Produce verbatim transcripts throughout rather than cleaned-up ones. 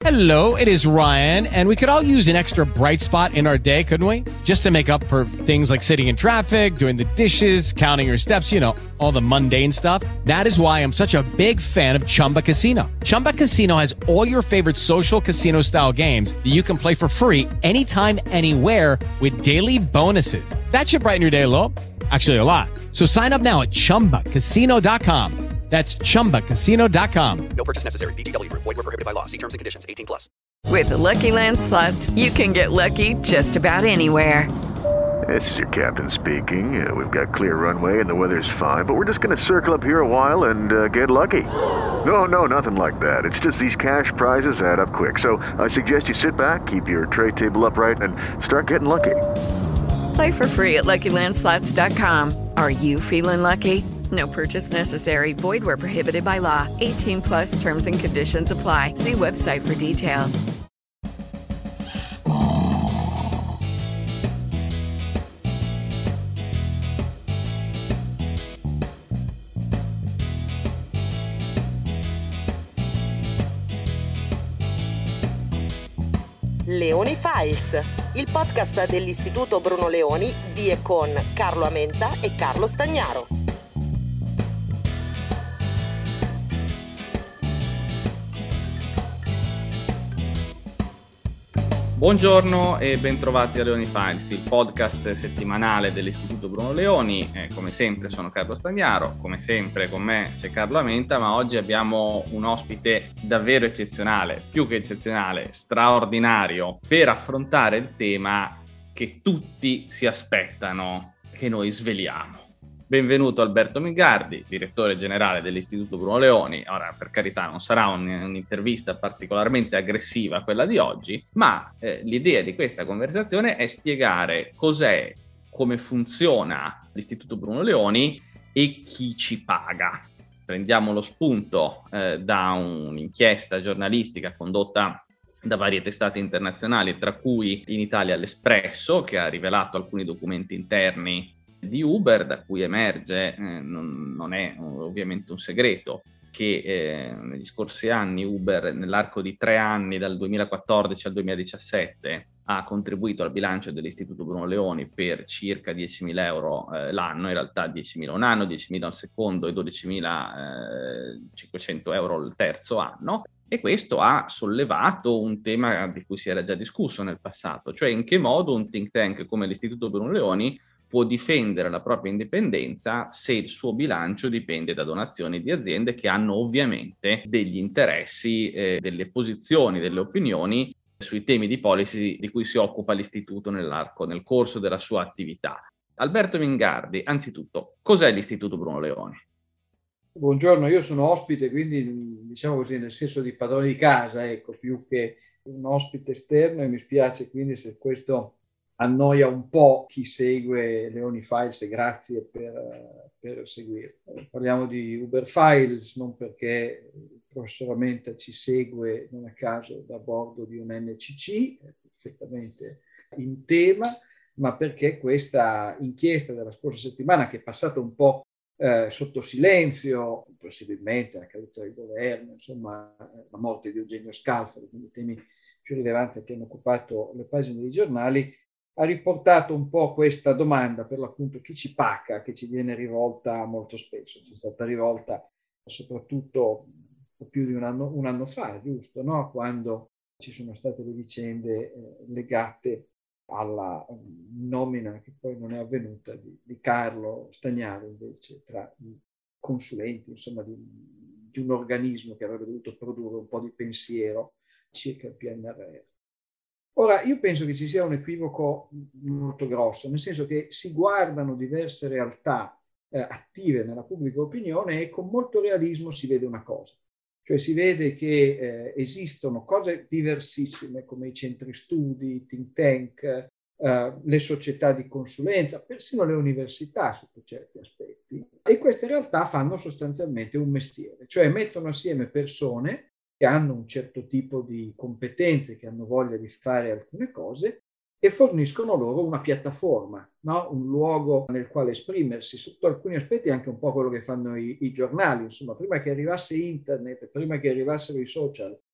Hello, it is Ryan, and we could all use an extra bright spot in our day, couldn't we? Just to make up for things like sitting in traffic, doing the dishes, counting your steps, you know, all the mundane stuff. That is why I'm such a big fan of Chumba Casino. Chumba Casino has all your favorite social casino-style games that you can play for free anytime, anywhere with daily bonuses. That should brighten your day a little. Actually, a lot. So sign up now at chumba casino dot com. That's chumba casino dot com. No purchase necessary. V G W Group. Void where prohibited by law. See terms and conditions. eighteen plus. With the Lucky Land Slots, you can get lucky just about anywhere. This is your captain speaking. Uh, we've got clear runway and the weather's fine, but we're just going to circle up here a while and uh, get lucky. No, no, nothing like that. It's just these cash prizes add up quick. So I suggest you sit back, keep your tray table upright, and start getting lucky. Play for free at lucky land slots dot com. Are you feeling lucky? No purchase necessary. Void where prohibited by law. eighteen plus terms and conditions apply. See website for details. Leoni Files, il podcast dell'Istituto Bruno Leoni di e con Carlo Amenta e Carlo Stagnaro. Buongiorno e bentrovati a Leoni Files, il podcast settimanale dell'Istituto Bruno Leoni. Eh, come sempre sono Carlo Stagnaro, come sempre con me c'è Carlo Amenta, ma oggi abbiamo un ospite davvero eccezionale, più che eccezionale, straordinario, per affrontare il tema che tutti si aspettano che noi sveliamo. Benvenuto Alberto Mingardi, direttore generale dell'Istituto Bruno Leoni. Ora, per carità, non sarà un, un'intervista particolarmente aggressiva quella di oggi, ma eh, l'idea di questa conversazione è spiegare cos'è, come funziona l'Istituto Bruno Leoni e chi ci paga. Prendiamo lo spunto eh, da un'inchiesta giornalistica condotta da varie testate internazionali, tra cui in Italia l'Espresso, che ha rivelato alcuni documenti interni di Uber, da cui emerge, eh, non, non è ovviamente un segreto, che eh, negli scorsi anni Uber, nell'arco di tre anni, dal duemilaquattordici al duemiladiciassette, ha contribuito al bilancio dell'Istituto Bruno Leoni per circa diecimila euro eh, l'anno, in realtà diecimila un anno, diecimila al secondo e dodicimilacinquecento euro il terzo anno. E questo ha sollevato un tema di cui si era già discusso nel passato, cioè in che modo un think tank come l'Istituto Bruno Leoni può difendere la propria indipendenza se il suo bilancio dipende da donazioni di aziende che hanno ovviamente degli interessi, eh, delle posizioni, delle opinioni sui temi di policy di cui si occupa l'istituto nell'arco, nel corso della sua attività. Alberto Mingardi, anzitutto, cos'è l'Istituto Bruno Leoni? Buongiorno, io sono ospite, quindi diciamo così nel senso di padrone di casa, ecco, più che un ospite esterno, e mi spiace quindi se questo annoia un po' chi segue Leoni Files, e grazie per, per seguire. Parliamo di Uber Files non perché il professor Amenta ci segue non a caso da bordo di un N C C, è perfettamente in tema, ma perché questa inchiesta della scorsa settimana, che è passata un po' eh, sotto silenzio, possibilmente la caduta del governo, insomma la morte di Eugenio Scalfari, quindi i temi più rilevanti che hanno occupato le pagine dei giornali, ha riportato un po' questa domanda, per l'appunto chi ci paga, che ci viene rivolta molto spesso. Ci è stata rivolta soprattutto più di un anno, un anno fa, giusto, no? Quando ci sono state le vicende eh, legate alla um, nomina, che poi non è avvenuta, di, di Carlo Stagnaro invece tra i consulenti, insomma, di, di un organismo che avrebbe dovuto produrre un po' di pensiero circa il P N R R. Ora, io penso che ci sia un equivoco molto grosso, nel senso che si guardano diverse realtà eh, attive nella pubblica opinione e con molto realismo si vede una cosa. Cioè si vede che eh, esistono cose diversissime come i centri studi, i think tank, eh, le società di consulenza, persino le università sotto certi aspetti. E queste realtà fanno sostanzialmente un mestiere, cioè mettono assieme persone che hanno un certo tipo di competenze, che hanno voglia di fare alcune cose e forniscono loro una piattaforma, no? Un luogo nel quale esprimersi, sotto alcuni aspetti anche un po' quello che fanno i, i giornali. Insomma, prima che arrivasse internet, prima che arrivassero i social,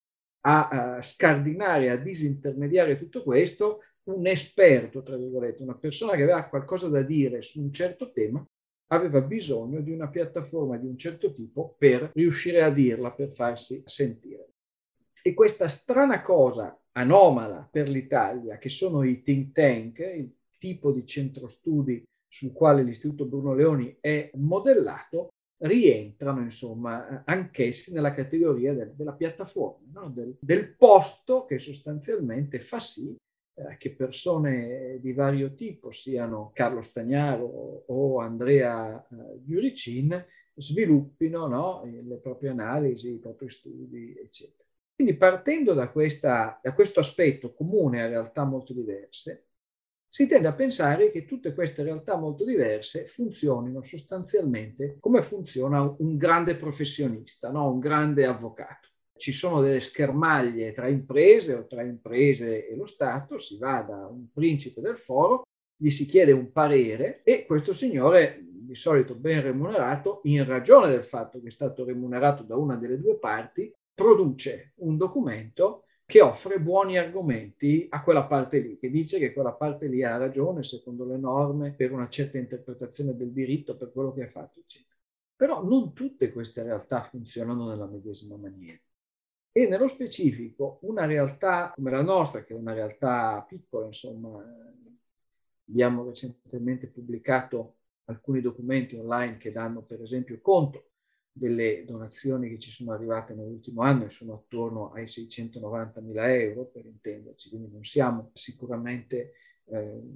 a, a scardinare, a disintermediare tutto questo, un esperto, tra virgolette, una persona che aveva qualcosa da dire su un certo tema, aveva bisogno di una piattaforma di un certo tipo per riuscire a dirla, per farsi sentire. E questa strana cosa anomala per l'Italia, che sono i think tank, il tipo di centro studi sul quale l'Istituto Bruno Leoni è modellato, rientrano insomma anch'essi nella categoria del, della piattaforma, no? del, del posto che sostanzialmente fa sì eh, che persone di vario tipo, siano Carlo Stagnaro o Andrea eh, Giuricin, sviluppino, no? le proprie analisi, i propri studi, eccetera. Quindi partendo da, questa, da questo aspetto comune a realtà molto diverse, si tende a pensare che tutte queste realtà molto diverse funzionino sostanzialmente come funziona un grande professionista, no? Un grande avvocato. Ci sono delle schermaglie tra imprese o tra imprese e lo Stato, si va da un principe del foro, gli si chiede un parere e questo signore, di solito ben remunerato, in ragione del fatto che è stato remunerato da una delle due parti, produce un documento che offre buoni argomenti a quella parte lì, che dice che quella parte lì ha ragione secondo le norme per una certa interpretazione del diritto, per quello che ha fatto, eccetera. Però non tutte queste realtà funzionano nella medesima maniera. E nello specifico una realtà come la nostra, che è una realtà piccola, insomma, abbiamo recentemente pubblicato alcuni documenti online che danno per esempio conto delle donazioni che ci sono arrivate nell'ultimo anno e sono attorno ai seicentonovantamila euro, per intenderci, quindi non siamo sicuramente eh,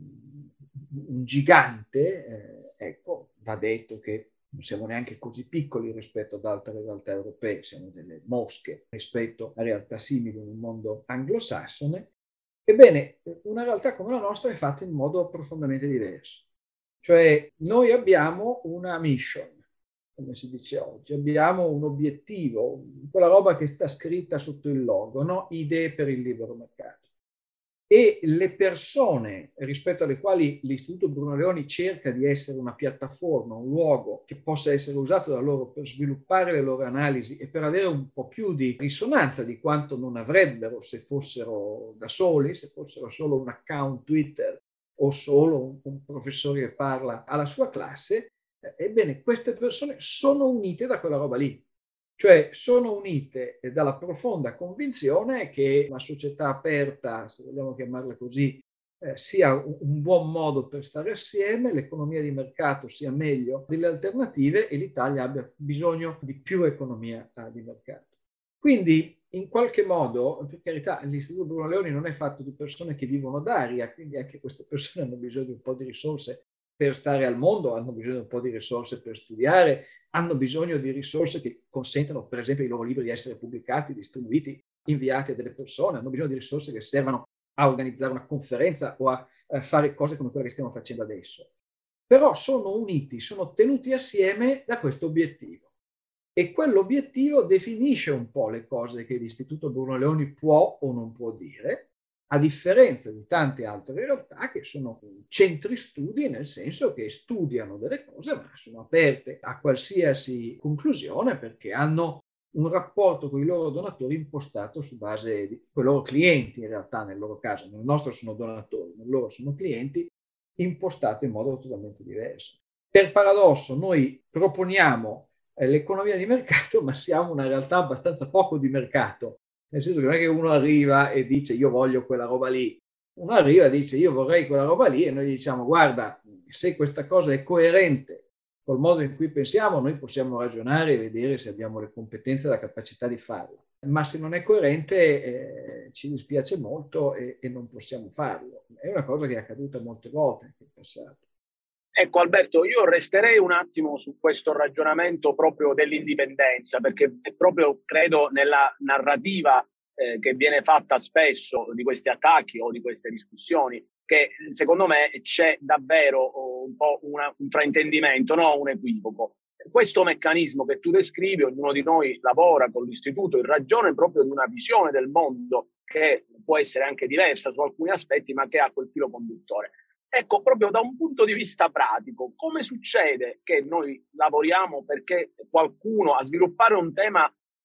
un gigante, eh, ecco, va detto che non siamo neanche così piccoli rispetto ad altre realtà europee, siamo delle mosche rispetto a realtà simili nel mondo anglosassone. Ebbene, una realtà come la nostra è fatta in modo profondamente diverso, cioè noi abbiamo una mission, come si dice oggi, abbiamo un obiettivo, quella roba che sta scritta sotto il logo, no? Idee per il libero mercato. E le persone rispetto alle quali l'Istituto Bruno Leoni cerca di essere una piattaforma, un luogo che possa essere usato da loro per sviluppare le loro analisi e per avere un po' più di risonanza di quanto non avrebbero se fossero da soli, se fossero solo un account Twitter o solo un, un professore che parla alla sua classe, ebbene, queste persone sono unite da quella roba lì, cioè sono unite dalla profonda convinzione che una società aperta, se vogliamo chiamarla così, eh, sia un, un buon modo per stare assieme, l'economia di mercato sia meglio delle alternative e l'Italia abbia bisogno di più economia eh, di mercato. Quindi, in qualche modo, per carità, l'Istituto Bruno Leoni non è fatto di persone che vivono d'aria, quindi anche queste persone hanno bisogno di un po' di risorse per stare al mondo, hanno bisogno di un po' di risorse per studiare, hanno bisogno di risorse che consentano, per esempio, ai loro libri di essere pubblicati, distribuiti, inviati a delle persone, hanno bisogno di risorse che servano a organizzare una conferenza o a, a fare cose come quelle che stiamo facendo adesso. Però sono uniti, sono tenuti assieme da questo obiettivo. E quell'obiettivo definisce un po' le cose che l'Istituto Bruno Leoni può o non può dire, a differenza di tante altre realtà che sono centri studi, nel senso che studiano delle cose ma sono aperte a qualsiasi conclusione perché hanno un rapporto con i loro donatori impostato su base di quei loro clienti, in realtà nel loro caso, nel nostro sono donatori, nel loro sono clienti, impostato in modo totalmente diverso. Per paradosso noi proponiamo eh, l'economia di mercato, ma siamo una realtà abbastanza poco di mercato. Nel senso che non è che uno arriva e dice io voglio quella roba lì, uno arriva e dice io vorrei quella roba lì e noi gli diciamo guarda, se questa cosa è coerente col modo in cui pensiamo, noi possiamo ragionare e vedere se abbiamo le competenze e la capacità di farlo. Ma se non è coerente eh, ci dispiace molto e, e non possiamo farlo. È una cosa che è accaduta molte volte anche in passato. Ecco Alberto, io resterei un attimo su questo ragionamento proprio dell'indipendenza, perché è proprio, credo, nella narrativa eh, che viene fatta spesso di questi attacchi o di queste discussioni, che secondo me c'è davvero un po' una, un fraintendimento, no? Un equivoco. Questo meccanismo che tu descrivi, ognuno di noi lavora con l'istituto in ragione proprio di una visione del mondo che può essere anche diversa su alcuni aspetti, ma che ha quel filo conduttore. Ecco, proprio da un punto di vista pratico, come succede che noi lavoriamo perché qualcuno a sviluppare un tema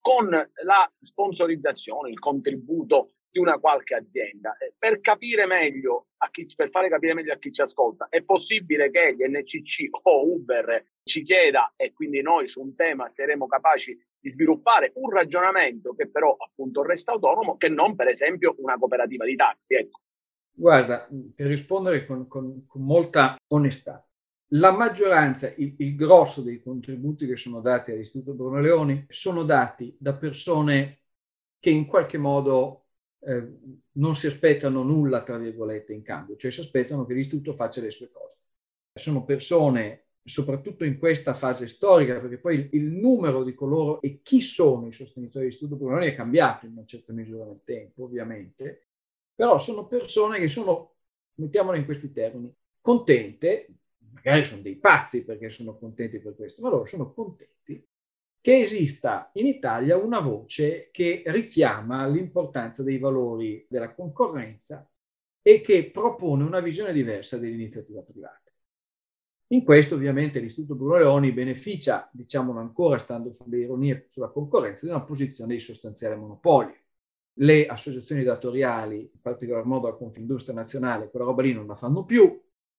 con la sponsorizzazione, il contributo di una qualche azienda. Per capire meglio, a chi, per fare capire meglio a chi ci ascolta, è possibile che gli N C C o Uber ci chieda, e quindi noi su un tema saremo capaci di sviluppare un ragionamento che però appunto resta autonomo, che non per esempio una cooperativa di taxi. Ecco. Guarda, per rispondere con, con, con molta onestà, la maggioranza, il, il grosso dei contributi che sono dati all'Istituto Bruno Leoni sono dati da persone che in qualche modo eh, non si aspettano nulla, tra virgolette, in cambio, cioè si aspettano che l'Istituto faccia le sue cose. Sono persone, soprattutto in questa fase storica, perché poi il, il numero di coloro e chi sono i sostenitori dell'Istituto Bruno Leoni è cambiato in una certa misura nel tempo, ovviamente, però sono persone che sono, mettiamolo in questi termini, contente, magari sono dei pazzi perché sono contenti per questo, ma loro sono contenti che esista in Italia una voce che richiama l'importanza dei valori della concorrenza e che propone una visione diversa dell'iniziativa privata. In questo ovviamente l'Istituto Bruno Leoni beneficia, diciamolo ancora, stando sulle ironie sulla concorrenza, di una posizione di sostanziale monopolio. Le associazioni datoriali, in particolar modo la Confindustria Nazionale, quella roba lì non la fanno più.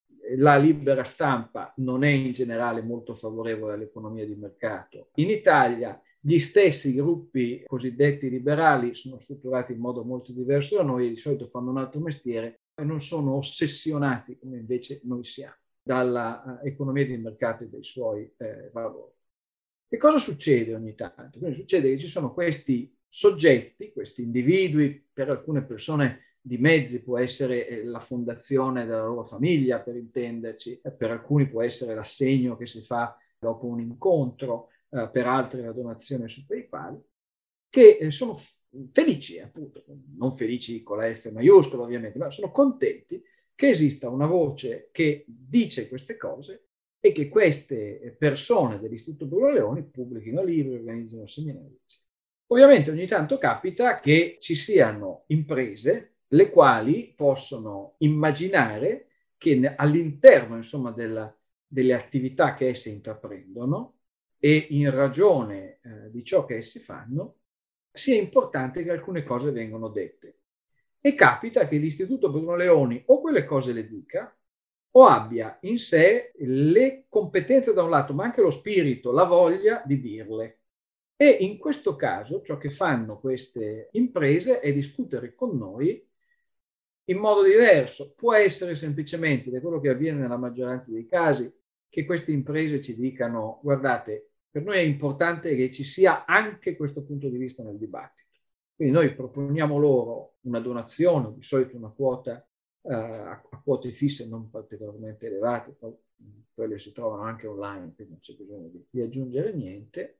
La libera stampa non è in generale molto favorevole all'economia di mercato. In Italia gli stessi gruppi cosiddetti liberali sono strutturati in modo molto diverso da noi e di solito fanno un altro mestiere e non sono ossessionati, come invece noi siamo, dall'economia di mercato e dai suoi eh, valori. Che cosa succede ogni tanto? Quindi succede che ci sono questi soggetti, questi individui, per alcune persone di mezzi può essere la fondazione della loro famiglia, per intenderci, per alcuni può essere l'assegno che si fa dopo un incontro, eh, per altri la donazione su PayPal, che eh, sono felici, appunto, non felici con la F maiuscola ovviamente, ma sono contenti che esista una voce che dice queste cose e che queste persone dell'Istituto Bruno Leoni pubblichino libri, organizzino seminari. Ovviamente ogni tanto capita che ci siano imprese le quali possono immaginare che all'interno, insomma, della, delle attività che esse intraprendono e in ragione eh, di ciò che esse fanno, sia importante che alcune cose vengano dette. E capita che l'Istituto Bruno Leoni o quelle cose le dica o abbia in sé le competenze da un lato, ma anche lo spirito, la voglia di dirle. E in questo caso ciò che fanno queste imprese è discutere con noi in modo diverso. Può essere semplicemente, da quello che avviene nella maggioranza dei casi, che queste imprese ci dicano: guardate, per noi è importante che ci sia anche questo punto di vista nel dibattito. Quindi noi proponiamo loro una donazione, di solito una quota eh, a quote fisse non particolarmente elevate, poi quelle si trovano anche online, quindi non c'è bisogno di, di aggiungere niente.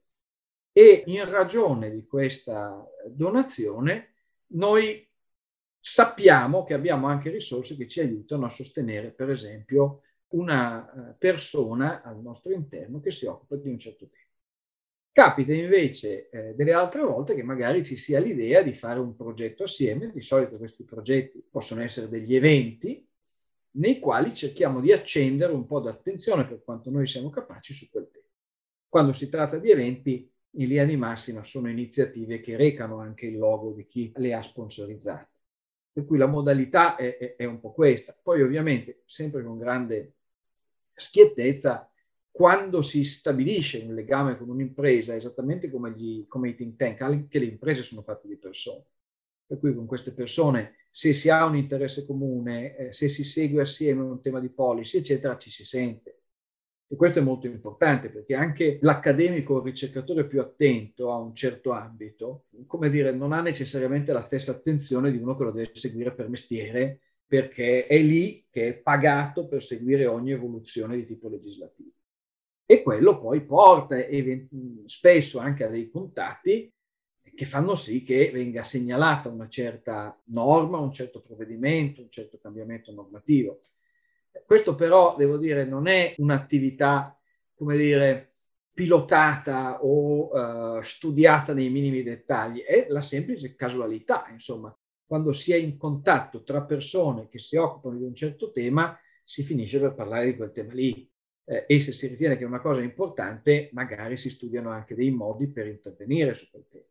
E in ragione di questa donazione noi sappiamo che abbiamo anche risorse che ci aiutano a sostenere, per esempio, una persona al nostro interno che si occupa di un certo tema. Capita invece eh, delle altre volte che magari ci sia l'idea di fare un progetto assieme. Di solito questi progetti possono essere degli eventi nei quali cerchiamo di accendere un po' d'attenzione, per quanto noi siamo capaci, su quel tema. Quando si tratta di eventi, in linea di massima sono iniziative che recano anche il logo di chi le ha sponsorizzate. Per cui la modalità è, è, è un po' questa. Poi ovviamente, sempre con grande schiettezza, quando si stabilisce un legame con un'impresa, esattamente come, gli, come i think tank, anche le imprese sono fatte di persone. Per cui con queste persone, se si ha un interesse comune, eh, se si segue assieme un tema di policy, eccetera, ci si sente. E questo è molto importante, perché anche l'accademico o il ricercatore più attento a un certo ambito, come dire, non ha necessariamente la stessa attenzione di uno che lo deve seguire per mestiere, perché è lì che è pagato per seguire ogni evoluzione di tipo legislativo. E quello poi porta spesso anche a dei contatti che fanno sì che venga segnalata una certa norma, un certo provvedimento, un certo cambiamento normativo. Questo però, devo dire, non è un'attività, come dire, pilotata o uh, studiata nei minimi dettagli, è la semplice casualità, insomma. Quando si è in contatto tra persone che si occupano di un certo tema, si finisce per parlare di quel tema lì. Eh, e se si ritiene che è una cosa importante, magari si studiano anche dei modi per intervenire su quel tema.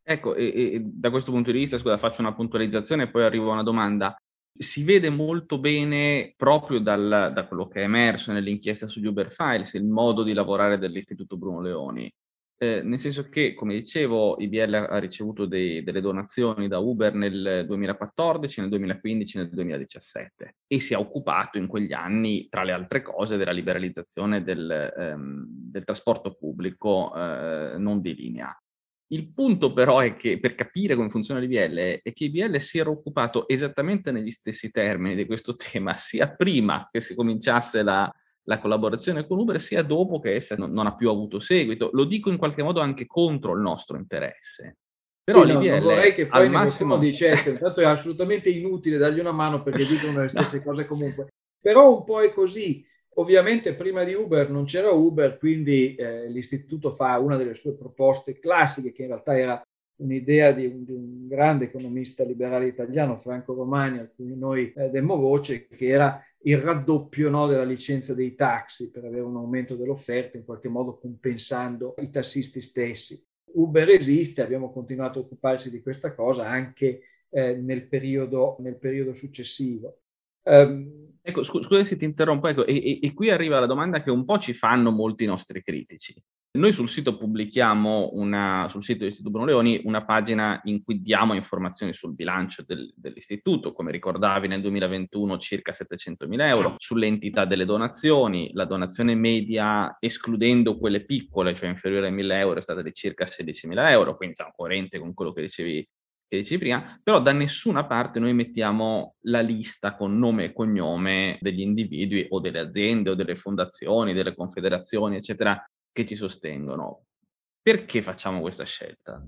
Ecco, e, e da questo punto di vista, scusa, faccio una puntualizzazione e poi arrivo a una domanda. Si vede molto bene proprio dal, da quello che è emerso nell'inchiesta sugli Uber Files, il modo di lavorare dell'Istituto Bruno Leoni. Eh, nel senso che, come dicevo, I B L ha ricevuto dei, delle donazioni da Uber nel duemilaquattordici, nel duemilaquindici, nel duemiladiciassette e si è occupato in quegli anni, tra le altre cose, della liberalizzazione del, ehm, del trasporto pubblico eh, non di linea. Il punto però è che, per capire come funziona l'I B L, è che I B L si era occupato esattamente negli stessi termini di questo tema, sia prima che si cominciasse la, la collaborazione con Uber, sia dopo che essa non, non ha più avuto seguito. Lo dico in qualche modo anche contro il nostro interesse. Però sì, no, l'I B L non vorrei che poi al massimo dicesse, intanto è assolutamente inutile dargli una mano perché dicono le stesse cose comunque. Però un po' è così. Ovviamente prima di Uber non c'era Uber, quindi eh, l'istituto fa una delle sue proposte classiche, che in realtà era un'idea di un, di un grande economista liberale italiano, Franco Romani, a cui noi eh, demmo voce, che era il raddoppio, no, della licenza dei taxi per avere un aumento dell'offerta, in qualche modo compensando i tassisti stessi. Uber esiste, abbiamo continuato a occuparsi di questa cosa anche eh, nel, periodo, nel periodo successivo. Um, Ecco, scu- scusa se ti interrompo, ecco, e, e, e qui arriva la domanda che un po' ci fanno molti nostri critici. Noi sul sito pubblichiamo, una, sul sito dell'Istituto Bruno Leoni, una pagina in cui diamo informazioni sul bilancio del, dell'istituto, come ricordavi nel duemilaventuno circa settecentomila euro, sulle entità delle donazioni. La donazione media, escludendo quelle piccole, cioè inferiore ai mille euro, è stata di circa sedicimila euro, quindi siamo coerente con quello che dicevi che dicevi prima, però da nessuna parte noi mettiamo la lista con nome e cognome degli individui o delle aziende o delle fondazioni, delle confederazioni, eccetera, che ci sostengono. Perché facciamo questa scelta?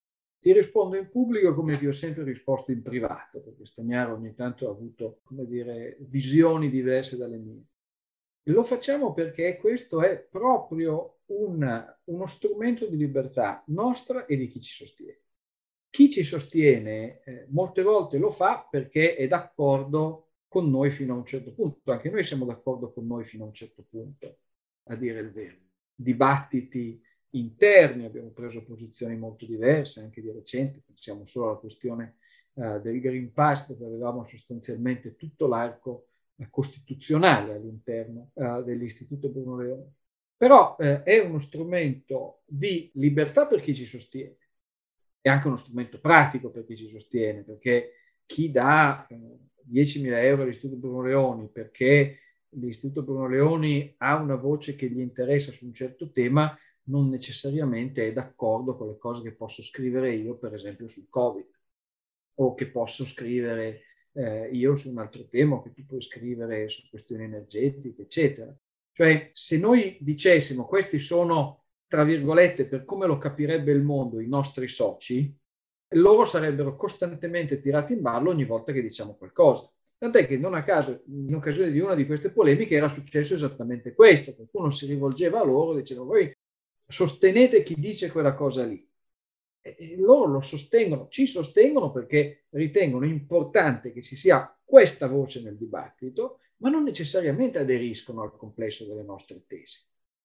Ti rispondo in pubblico come ti ho sempre risposto in privato, perché Stagnaro ogni tanto ha avuto, come dire, visioni diverse dalle mie. Lo facciamo perché questo è proprio un, uno strumento di libertà nostra e di chi ci sostiene. Chi ci sostiene eh, molte volte lo fa perché è d'accordo con noi fino a un certo punto. Anche noi siamo d'accordo con noi fino a un certo punto, a dire il vero. Dibattiti interni, abbiamo preso posizioni molto diverse, anche di recente, pensiamo solo alla questione eh, del Green Pass, dove avevamo sostanzialmente tutto l'arco eh, costituzionale all'interno eh, dell'Istituto Bruno Leoni. Però eh, è uno strumento di libertà per chi ci sostiene. È anche uno strumento pratico per chi ci sostiene, perché chi dà eh, diecimila euro all'Istituto Bruno Leoni perché l'Istituto Bruno Leoni ha una voce che gli interessa su un certo tema, non necessariamente è d'accordo con le cose che posso scrivere io, per esempio sul Covid, o che posso scrivere eh, io su un altro tema, o che tu puoi scrivere su questioni energetiche, eccetera. Cioè, se noi dicessimo questi sono, tra virgolette, per come lo capirebbe il mondo, i nostri soci, loro sarebbero costantemente tirati in ballo ogni volta che diciamo qualcosa. Tant'è che non a caso, in occasione di una di queste polemiche, era successo esattamente questo. Qualcuno si rivolgeva a loro e diceva: voi sostenete chi dice quella cosa lì. E loro lo sostengono, ci sostengono perché ritengono importante che ci sia questa voce nel dibattito, ma non necessariamente aderiscono al complesso delle nostre tesi.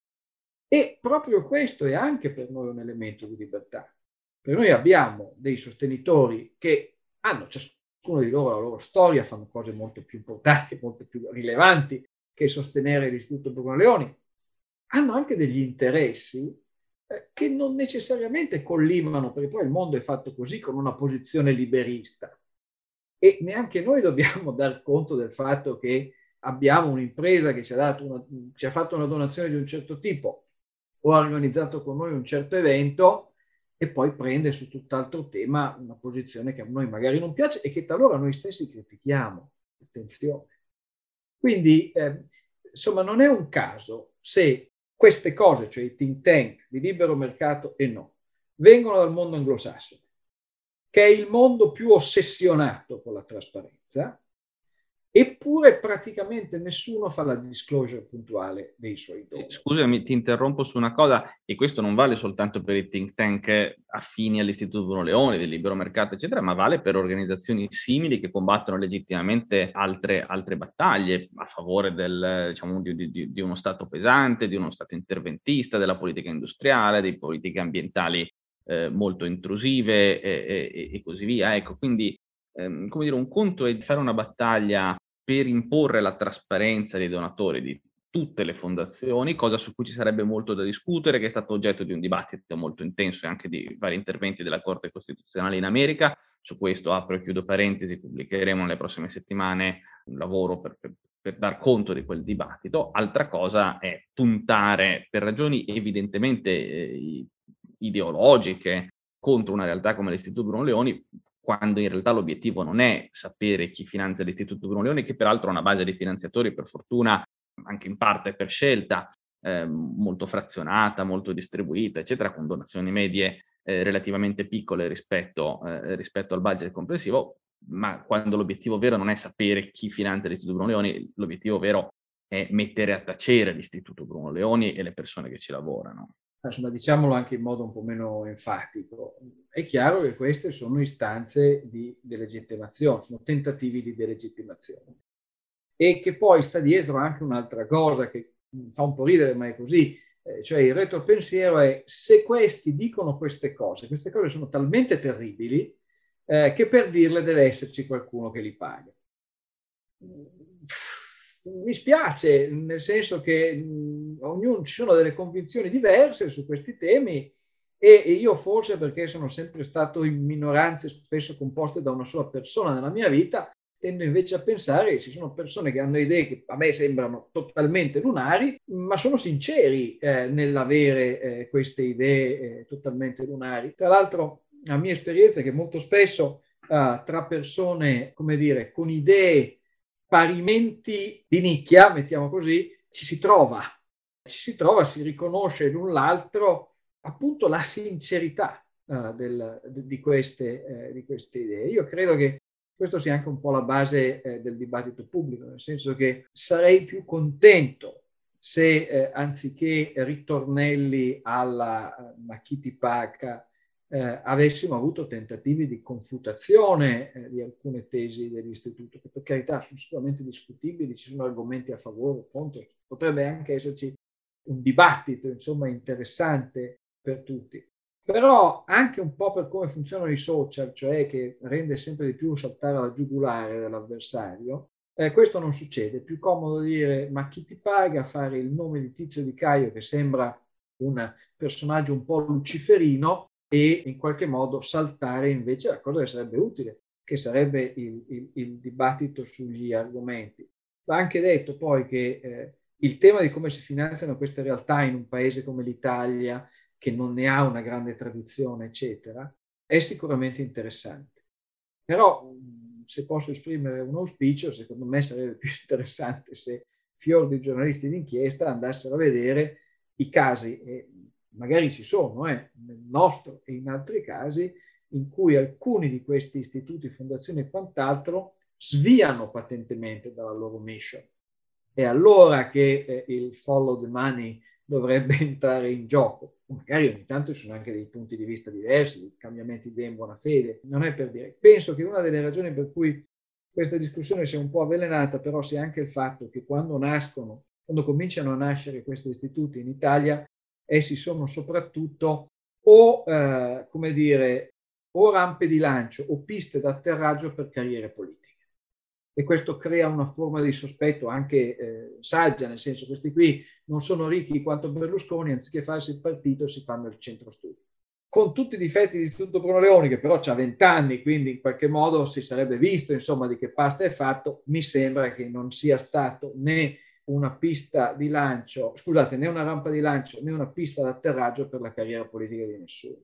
E proprio questo è anche per noi un elemento di libertà. Per noi abbiamo dei sostenitori che hanno ciascuno di loro la loro storia, fanno cose molto più importanti, molto più rilevanti che sostenere l'Istituto Bruno Leoni, hanno anche degli interessi eh, che non necessariamente collimano, perché poi il mondo è fatto così, con una posizione liberista. E neanche noi dobbiamo dar conto del fatto che abbiamo un'impresa che ci ha, dato una, ci ha fatto una donazione di un certo tipo, o ha organizzato con noi un certo evento e poi prende su tutt'altro tema una posizione che a noi magari non piace e che talora noi stessi critichiamo. Attenzione. Quindi, eh, insomma, non è un caso se queste cose, cioè i think tank di libero mercato e no, vengono dal mondo anglosassone, che è il mondo più ossessionato con la trasparenza, eppure praticamente nessuno fa la disclosure puntuale dei suoi doni. Scusami, ti interrompo su una cosa, e questo non vale soltanto per i think tank affini all'Istituto Bruno Leoni, del libero mercato, eccetera, ma vale per organizzazioni simili che combattono legittimamente altre, altre battaglie a favore del, diciamo, di, di, di uno Stato pesante, di uno Stato interventista, della politica industriale, delle politiche ambientali eh, molto intrusive e, e, e così via. Ecco, quindi ehm, come dire, un conto è fare una battaglia per imporre la trasparenza dei donatori di tutte le fondazioni, cosa su cui ci sarebbe molto da discutere, che è stato oggetto di un dibattito molto intenso e anche di vari interventi della Corte Costituzionale in America. Su questo, apro e chiudo parentesi, pubblicheremo nelle prossime settimane un lavoro per, per, per dar conto di quel dibattito. Altra cosa è puntare per ragioni evidentemente eh, ideologiche contro una realtà come l'Istituto Bruno Leoni, quando in realtà l'obiettivo non è sapere chi finanzia l'Istituto Bruno Leoni, che peraltro ha una base di finanziatori, per fortuna, anche in parte per scelta, eh, molto frazionata, molto distribuita, eccetera, con donazioni medie eh, relativamente piccole rispetto, eh, rispetto al budget complessivo, ma quando l'obiettivo vero non è sapere chi finanzia l'Istituto Bruno Leoni, l'obiettivo vero è mettere a tacere l'Istituto Bruno Leoni e le persone che ci lavorano. Insomma, diciamolo anche in modo un po' meno enfatico. È chiaro che queste sono istanze di delegittimazione, sono tentativi di delegittimazione. E che poi sta dietro anche un'altra cosa che fa un po' ridere, ma è così, eh, cioè il retropensiero è: se questi dicono queste cose, queste cose sono talmente terribili eh, che per dirle deve esserci qualcuno che li paga. Mi spiace, nel senso che mh, ognuno, ci sono delle convinzioni diverse su questi temi e, e io forse, perché sono sempre stato in minoranze spesso composte da una sola persona nella mia vita, tendo invece a pensare che ci sono persone che hanno idee che a me sembrano totalmente lunari, ma sono sinceri eh, nell'avere eh, queste idee eh, totalmente lunari. Tra l'altro, la mia esperienza è che molto spesso eh, tra persone, come dire, con idee parimenti di nicchia, mettiamo così, ci si trova, ci si trova, si riconosce l'un l'altro appunto la sincerità uh, del, di, queste, eh, di queste idee. Io credo che questo sia anche un po' la base eh, del dibattito pubblico, nel senso che sarei più contento se eh, anziché ritornelli alla uh, ma chi ti paga, Eh, avessimo avuto tentativi di confutazione eh, di alcune tesi dell'istituto, che per carità sono sicuramente discutibili, ci sono argomenti a favore o contro, potrebbe anche esserci un dibattito insomma interessante per tutti, però anche un po' per come funzionano i social, cioè che rende sempre di più saltare alla giugulare dell'avversario, eh, questo non succede. È più comodo dire ma chi ti paga, fare il nome di Tizio di Caio che sembra un personaggio un po' luciferino e in qualche modo saltare invece la cosa che sarebbe utile, che sarebbe il, il, il dibattito sugli argomenti. Va anche detto poi che eh, il tema di come si finanziano queste realtà in un paese come l'Italia, che non ne ha una grande tradizione, eccetera, è sicuramente interessante. Però, se posso esprimere un auspicio, secondo me sarebbe più interessante se fior di giornalisti d'inchiesta andassero a vedere i casi, e magari ci sono, eh, nel nostro e in altri casi, in cui alcuni di questi istituti, fondazioni e quant'altro sviano patentemente dalla loro mission. È allora che eh, il follow the money dovrebbe entrare in gioco. Magari ogni tanto ci sono anche dei punti di vista diversi, dei cambiamenti di in buona fede, non è per dire. Penso che una delle ragioni per cui questa discussione sia un po' avvelenata, però, sia anche il fatto che quando nascono, quando cominciano a nascere questi istituti in Italia, essi sono soprattutto o, eh, come dire, o rampe di lancio o piste d'atterraggio per carriere politiche. E questo crea una forma di sospetto anche eh, saggia, nel senso che questi qui non sono ricchi quanto Berlusconi, anziché farsi il partito si fanno il centro studi. Con tutti i difetti di Istituto Bruno Leoni, che però ha vent'anni, quindi in qualche modo si sarebbe visto insomma di che pasta è fatto, mi sembra che non sia stato né una pista di lancio, scusate, né una rampa di lancio né una pista d'atterraggio per la carriera politica di nessuno.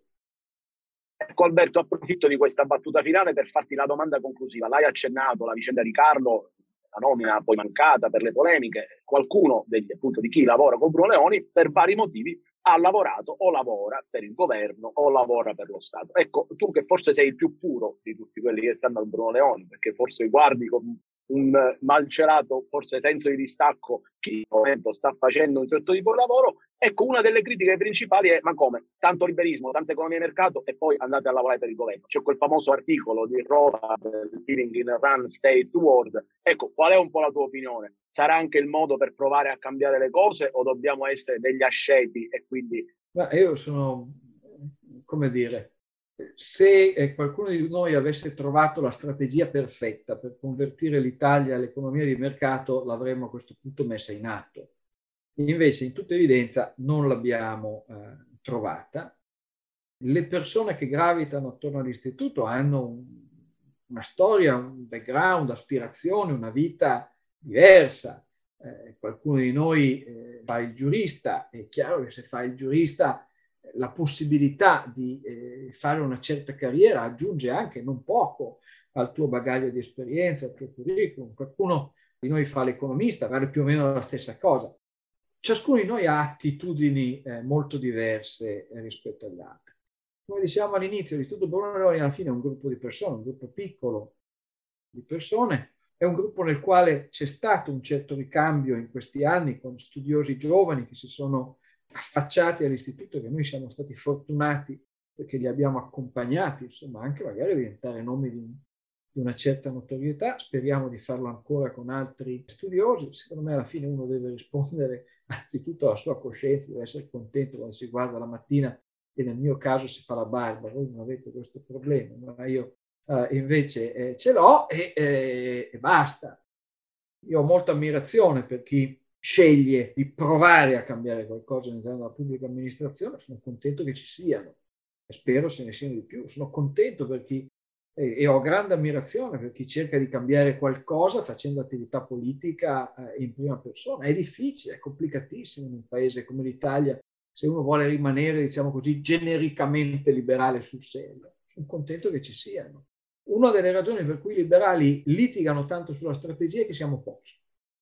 Ecco Alberto, approfitto di questa battuta finale per farti la domanda conclusiva. L'hai accennato, la vicenda di Carlo, la nomina poi mancata per le polemiche. Qualcuno degli, appunto, di chi lavora con Bruno Leoni per vari motivi ha lavorato o lavora per il governo o lavora per lo Stato. Ecco, tu che forse sei il più puro di tutti quelli che stanno al Bruno Leoni, perché forse guardi con un malcelato forse senso di distacco chi in momento sta facendo un certo tipo di lavoro. Ecco, una delle critiche principali è: ma come? Tanto liberismo, tanta economia di mercato e poi andate a lavorare per il governo. C'è quel famoso articolo di Rova, Living in a Run State World. Ecco, qual è un po' la tua opinione? Sarà anche il modo per provare a cambiare le cose o dobbiamo essere degli asceti e quindi... Ma io sono come dire, se eh, qualcuno di noi avesse trovato la strategia perfetta per convertire l'Italia all'economia di mercato, l'avremmo a questo punto messa in atto. Invece, in tutta evidenza, non l'abbiamo eh, trovata. Le persone che gravitano attorno all'istituto hanno un, una storia, un background, aspirazioni, una vita diversa. Eh, qualcuno di noi eh, fa il giurista, è chiaro che se fa il giurista la possibilità di eh, fare una certa carriera aggiunge anche non poco al tuo bagaglio di esperienza, al tuo curriculum. Qualcuno di noi fa l'economista, vale più o meno la stessa cosa. Ciascuno di noi ha attitudini eh, molto diverse eh, rispetto agli altri. Come dicevamo all'inizio, l'Istituto Bruno Leoni alla fine è un gruppo di persone, un gruppo piccolo di persone, è un gruppo nel quale c'è stato un certo ricambio in questi anni con studiosi giovani che si sono affacciati all'istituto, che noi siamo stati fortunati perché li abbiamo accompagnati, insomma, anche magari a diventare nomi di, di una certa notorietà. Speriamo di farlo ancora con altri studiosi. Secondo me alla fine uno deve rispondere anzitutto alla sua coscienza, deve essere contento quando si guarda la mattina e nel mio caso si fa la barba. Voi non avete questo problema, ma io uh, invece eh, ce l'ho e, eh, e basta. Io ho molta ammirazione per chi sceglie di provare a cambiare qualcosa all'interno della pubblica amministrazione. Sono contento che ci siano e spero se ne siano di più. Sono contento per chi e, e ho grande ammirazione per chi cerca di cambiare qualcosa facendo attività politica eh, in prima persona. È difficile, è complicatissimo in un paese come l'Italia se uno vuole rimanere, diciamo così, genericamente liberale sul serio. Sono contento che ci siano. Una delle ragioni per cui i liberali litigano tanto sulla strategia è che siamo pochi.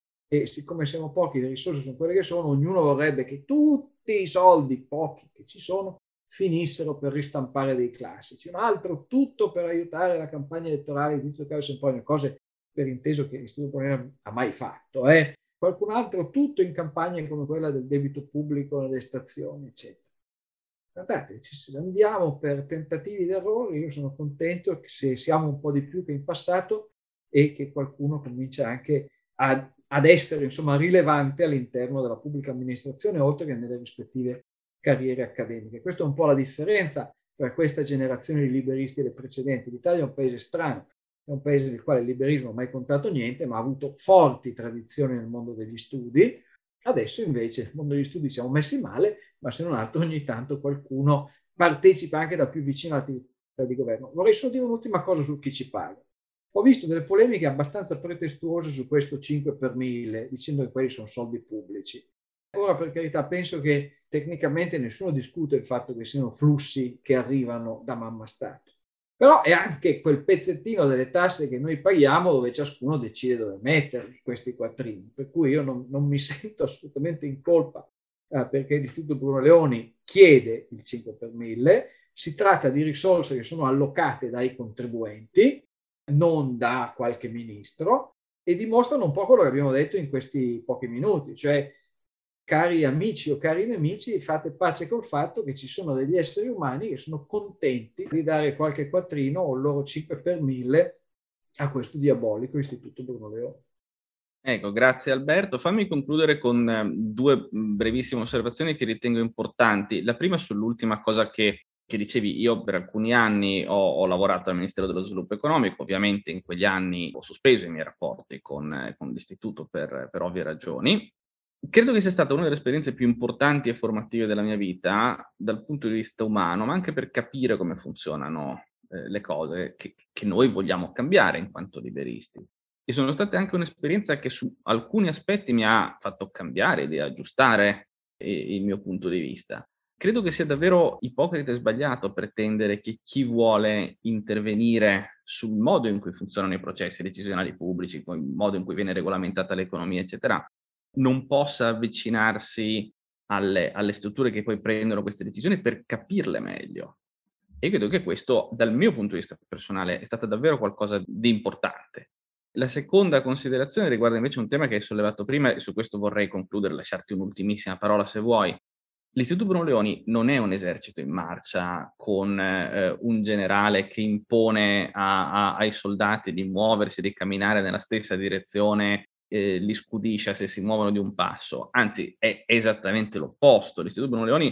E siccome siamo pochi, le risorse sono quelle che sono, ognuno vorrebbe che tutti i soldi, pochi che ci sono, finissero per ristampare dei classici. Un altro tutto per aiutare la campagna elettorale di Tizio Caio Sempronio, cose per inteso che l'Istituto Brunelloni ha mai fatto. Eh. Qualcun altro tutto in campagne come quella del debito pubblico nelle stazioni, eccetera. Guardate, ci andiamo per tentativi ed errori. Io sono contento che se siamo un po' di più che in passato e che qualcuno comincia anche a ad essere insomma rilevante all'interno della pubblica amministrazione oltre che nelle rispettive carriere accademiche. Questa è un po' la differenza tra questa generazione di liberisti e le precedenti. L'Italia è un paese strano, è un paese nel quale il liberismo non ha mai contato niente, ma ha avuto forti tradizioni nel mondo degli studi. Adesso invece nel mondo degli studi siamo messi male, ma se non altro ogni tanto qualcuno partecipa anche da più vicino all'attività di governo. Vorrei solo dire un'ultima cosa su chi ci paga. Ho visto delle polemiche abbastanza pretestuose su questo cinque per mille, dicendo che quelli sono soldi pubblici. Ora, per carità, penso che tecnicamente nessuno discute il fatto che siano flussi che arrivano da mamma Stato. Però è anche quel pezzettino delle tasse che noi paghiamo dove ciascuno decide dove metterli, questi quattrini. Per cui io non, non mi sento assolutamente in colpa eh, perché l'Istituto Bruno Leoni chiede il cinque per mille. Si tratta di risorse che sono allocate dai contribuenti, non da qualche ministro, e dimostrano un po' quello che abbiamo detto in questi pochi minuti, cioè cari amici o cari nemici, fate pace col fatto che ci sono degli esseri umani che sono contenti di dare qualche quattrino o il loro cinque per mille a questo diabolico Istituto Bruno Leoni. Ecco, grazie Alberto. Fammi concludere con due brevissime osservazioni che ritengo importanti. La prima sull'ultima cosa che che dicevi. Io per alcuni anni ho, ho lavorato al Ministero dello Sviluppo Economico, ovviamente in quegli anni ho sospeso i miei rapporti con, con l'istituto per, per ovvie ragioni. Credo che sia stata una delle esperienze più importanti e formative della mia vita dal punto di vista umano, ma anche per capire come funzionano eh, le cose che, che noi vogliamo cambiare in quanto liberisti. E sono state anche un'esperienza che su alcuni aspetti mi ha fatto cambiare e aggiustare eh, il mio punto di vista. Credo che sia davvero ipocrita e sbagliato pretendere che chi vuole intervenire sul modo in cui funzionano i processi decisionali pubblici, il modo in cui viene regolamentata l'economia, eccetera, non possa avvicinarsi alle, alle strutture che poi prendono queste decisioni per capirle meglio. E credo che questo, dal mio punto di vista personale, è stato davvero qualcosa di importante. La seconda considerazione riguarda invece un tema che hai sollevato prima, e su questo vorrei concludere, lasciarti un'ultimissima parola se vuoi. L'Istituto Bruno Leoni non è un esercito in marcia con eh, un generale che impone a, a, ai soldati di muoversi, di camminare nella stessa direzione, eh, li scudiscia se si muovono di un passo. Anzi, è esattamente l'opposto. L'Istituto Bruno Leoni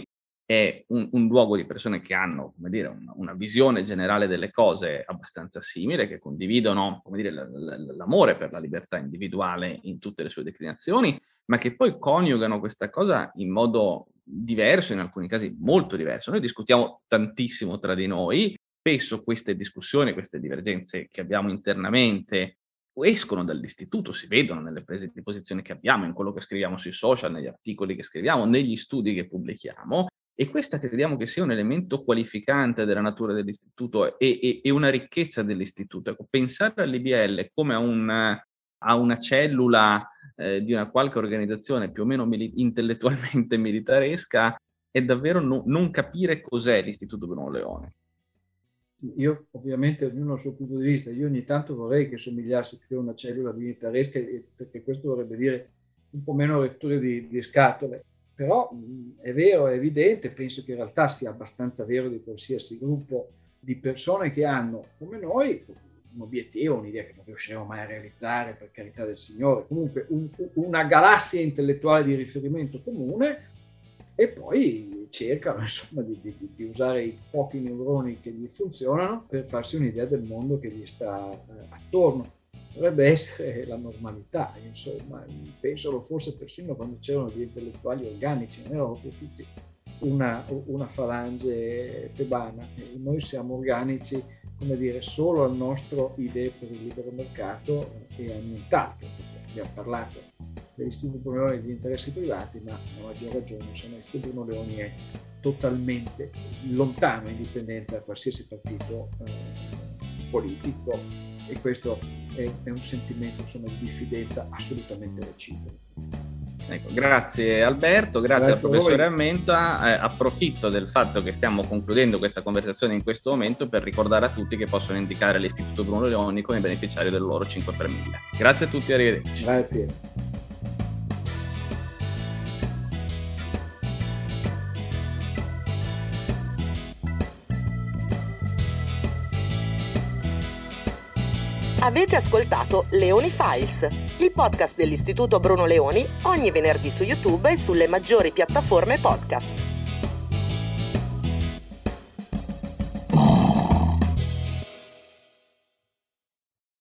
è un, un luogo di persone che hanno, come dire, una, una visione generale delle cose abbastanza simile, che condividono, come dire, l- l- l'amore per la libertà individuale in tutte le sue declinazioni, ma che poi coniugano questa cosa in modo diverso, in alcuni casi molto diverso. Noi discutiamo tantissimo tra di noi, spesso queste discussioni, queste divergenze che abbiamo internamente escono dall'istituto, si vedono nelle prese di posizione che abbiamo, in quello che scriviamo sui social, negli articoli che scriviamo, negli studi che pubblichiamo, e questa crediamo che sia un elemento qualificante della natura dell'istituto e, e, e una ricchezza dell'istituto. Ecco, pensare all'I B L come a, un, a una cellula eh, di una qualche organizzazione più o meno mili- intellettualmente militaresca è davvero no, non capire cos'è l'Istituto Bruno Leoni. Io ovviamente ognuno ha il suo punto di vista, io ogni tanto vorrei che somigliasse più a una cellula militaresca, perché questo vorrebbe dire un po' meno rotture di, di scatole, però mh, è vero, è evidente, penso che in realtà sia abbastanza vero di qualsiasi gruppo di persone che hanno, come noi, un obiettivo, un'idea che non riusciremo mai a realizzare, per carità del Signore, comunque un, una galassia intellettuale di riferimento comune, e poi cercano insomma di, di, di usare i pochi neuroni che gli funzionano per farsi un'idea del mondo che gli sta eh, attorno. Dovrebbe essere la normalità, insomma, penso lo fosse persino quando c'erano gli intellettuali organici, non erano proprio tutti una, una falange tebana. E noi siamo organici, come dire, solo al nostro idee per il libero mercato e a nient'altro. Abbiamo parlato dell'Istituto Bruno Leoni e degli interessi privati, ma a maggior ragione insomma, l'Istituto Bruno Leoni è totalmente lontano, indipendente da qualsiasi partito eh, politico, e questo è, è un sentimento insomma, di diffidenza assolutamente reciproco. Ecco, grazie Alberto, grazie, grazie al professore Armenta. Eh, approfitto del fatto che stiamo concludendo questa conversazione in questo momento per ricordare a tutti che possono indicare l'Istituto Bruno Leoni come beneficiario del loro cinque per mille. Grazie a tutti, arrivederci. Grazie. Avete ascoltato Leoni Files, il podcast dell'Istituto Bruno Leoni, ogni venerdì su YouTube e sulle maggiori piattaforme podcast.